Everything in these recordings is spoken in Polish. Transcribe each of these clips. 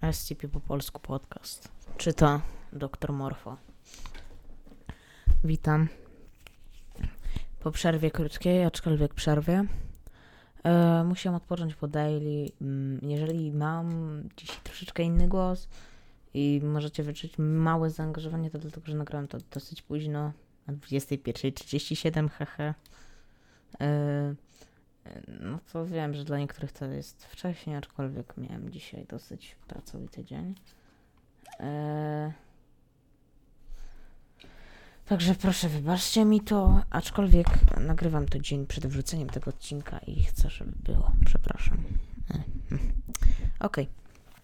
SCP po polsku podcast. Czyta Dr. Morfo. Witam. Po przerwie krótkiej, aczkolwiek przerwie. Musiałam odpocząć po daily. Jeżeli mam dzisiaj troszeczkę inny głos i możecie wyczuć małe zaangażowanie, to dlatego, że nagrałem to dosyć późno, o 21:37, haha. No to wiem, że dla niektórych to jest wcześniej, aczkolwiek miałem dzisiaj dosyć pracowity dzień. Także proszę, wybaczcie mi to, aczkolwiek nagrywam to dzień przed wrzuceniem tego odcinka i chcę, żeby było. Przepraszam. Okej.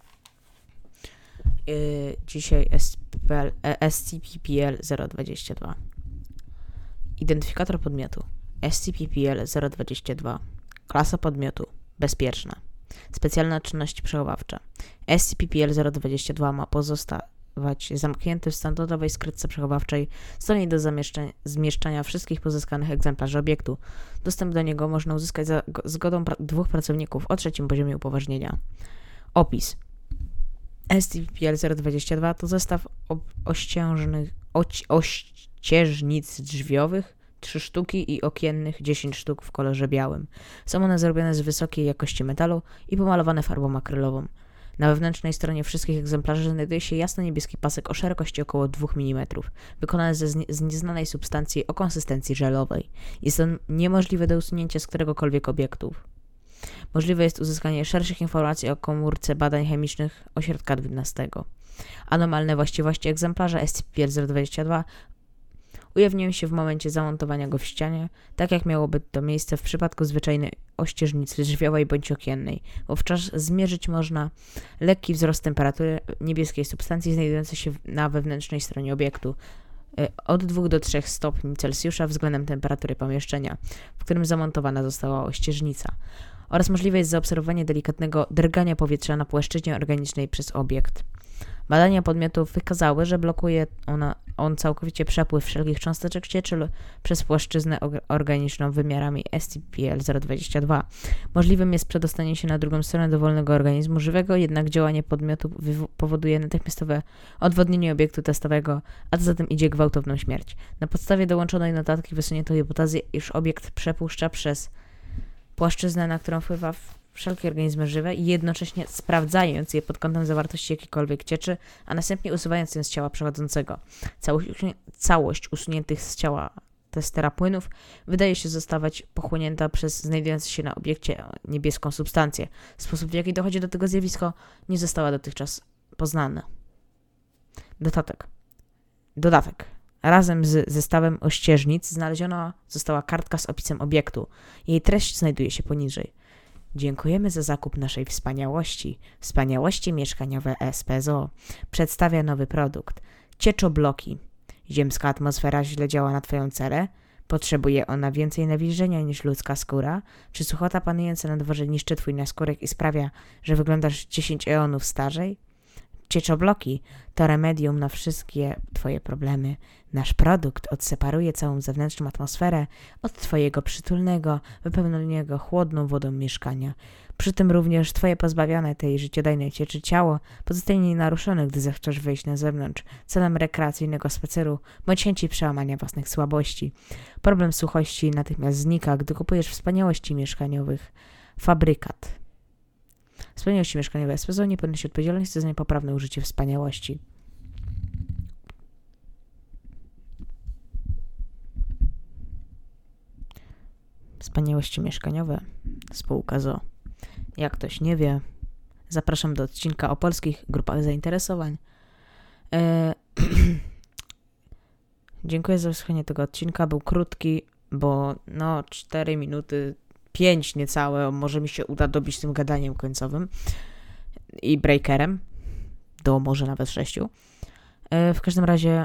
Dzisiaj SCP-PL-022. Identyfikator podmiotu. SCP-PL-022. Klasa podmiotu. Bezpieczna. Specjalne czynności przechowawcze. SCP-PL-022 ma pozostawać zamknięty w standardowej skrytce przechowawczej zdolnej do zmieszczania wszystkich pozyskanych egzemplarzy obiektu. Dostęp do niego można uzyskać za zgodą dwóch pracowników o trzecim poziomie upoważnienia. Opis. SCP-PL-022 to zestaw ościeżnic drzwiowych 3 sztuki i okiennych 10 sztuk w kolorze białym. Są one zrobione z wysokiej jakości metalu i pomalowane farbą akrylową. Na wewnętrznej stronie wszystkich egzemplarzy znajduje się jasno-niebieski pasek o szerokości około 2 mm, wykonany z nieznanej substancji o konsystencji żelowej. Jest on niemożliwy do usunięcia z któregokolwiek obiektu. Możliwe jest uzyskanie szerszych informacji o komórce badań chemicznych ośrodka 12. Anomalne właściwości egzemplarza SCP-022 ujawniają się w momencie zamontowania go w ścianie, tak jak miałoby to miejsce w przypadku zwyczajnej ościeżnicy drzwiowej bądź okiennej. Wówczas zmierzyć można lekki wzrost temperatury niebieskiej substancji znajdującej się na wewnętrznej stronie obiektu od 2 do 3 stopni Celsjusza względem temperatury pomieszczenia, w którym zamontowana została ościeżnica, oraz możliwe jest zaobserwowanie delikatnego drgania powietrza na płaszczyźnie organicznej przez obiekt. Badania podmiotów wykazały, że blokuje on całkowicie przepływ wszelkich cząsteczek cieczy przez płaszczyznę organiczną wymiarami SCP-PL-022. Możliwym jest przedostanie się na drugą stronę dowolnego organizmu żywego, jednak działanie podmiotu powoduje natychmiastowe odwodnienie obiektu testowego, a co za tym idzie gwałtowną śmierć. Na podstawie dołączonej notatki wysunięto hipotezę, iż obiekt przepuszcza przez płaszczyznę, na którą wpływa wszelkie organizmy żywe i jednocześnie sprawdzając je pod kątem zawartości jakiejkolwiek cieczy, a następnie usuwając ją z ciała przechodzącego. Całość usuniętych z ciała testera płynów wydaje się zostawać pochłonięta przez znajdującą się na obiekcie niebieską substancję. Sposób, w jaki dochodzi do tego zjawiska, nie została dotychczas poznany. Dodatek. Razem z zestawem ościeżnic znaleziona została kartka z opisem obiektu. Jej treść znajduje się poniżej. Dziękujemy za zakup naszej wspaniałości. Wspaniałości mieszkaniowe SPZO przedstawia nowy produkt. Cieczobloki. Ziemska atmosfera źle działa na twoją cerę? Potrzebuje ona więcej nawilżenia niż ludzka skóra? Czy suchota panująca na dworze niszczy twój naskórek i sprawia, że wyglądasz 10 eonów starzej? Cieczobloki to remedium na wszystkie twoje problemy. Nasz produkt odseparuje całą zewnętrzną atmosferę od twojego przytulnego, wypełnionego chłodną wodą mieszkania. Przy tym również twoje pozbawione tej życiodajnej cieczy ciało pozostanie nienaruszone, gdy zechcesz wyjść na zewnątrz celem rekreacyjnego spaceru bądź chęci przełamania własnych słabości. Problem suchości natychmiast znika, gdy kupujesz wspaniałości mieszkaniowych Fabrykat. Wspaniałości mieszkaniowe SPZO nie ponosi odpowiedzialności za niepoprawne użycie wspaniałości. Wspaniałości mieszkaniowe, spółka ZO. Jak ktoś nie wie, zapraszam do odcinka o polskich grupach zainteresowań. Dziękuję za wysłuchanie tego odcinka. Był krótki, bo 4 minuty, 5 niecałe, może mi się uda dobić tym gadaniem końcowym i breakerem, do może nawet 6. W każdym razie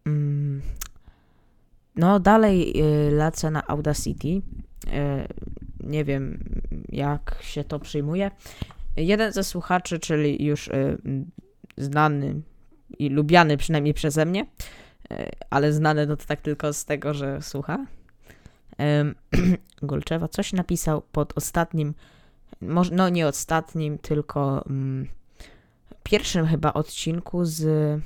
dalej lecę na Audacity. Nie wiem, jak się to przyjmuje. Jeden ze słuchaczy, czyli już znany i lubiany przynajmniej przeze mnie, ale znany to tak tylko z tego, że słucha, Golczewa coś napisał pod ostatnim, nie ostatnim, tylko pierwszym chyba odcinku z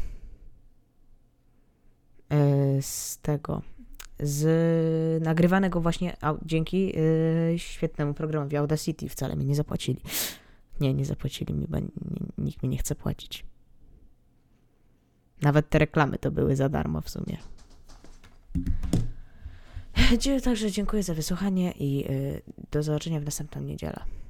nagrywanego właśnie dzięki świetnemu programowi Audacity. Wcale mi nie zapłacili. Nie zapłacili mi, bo nikt mi nie chce płacić. Nawet te reklamy to były za darmo w sumie. Także dziękuję za wysłuchanie i do zobaczenia w następną niedzielę.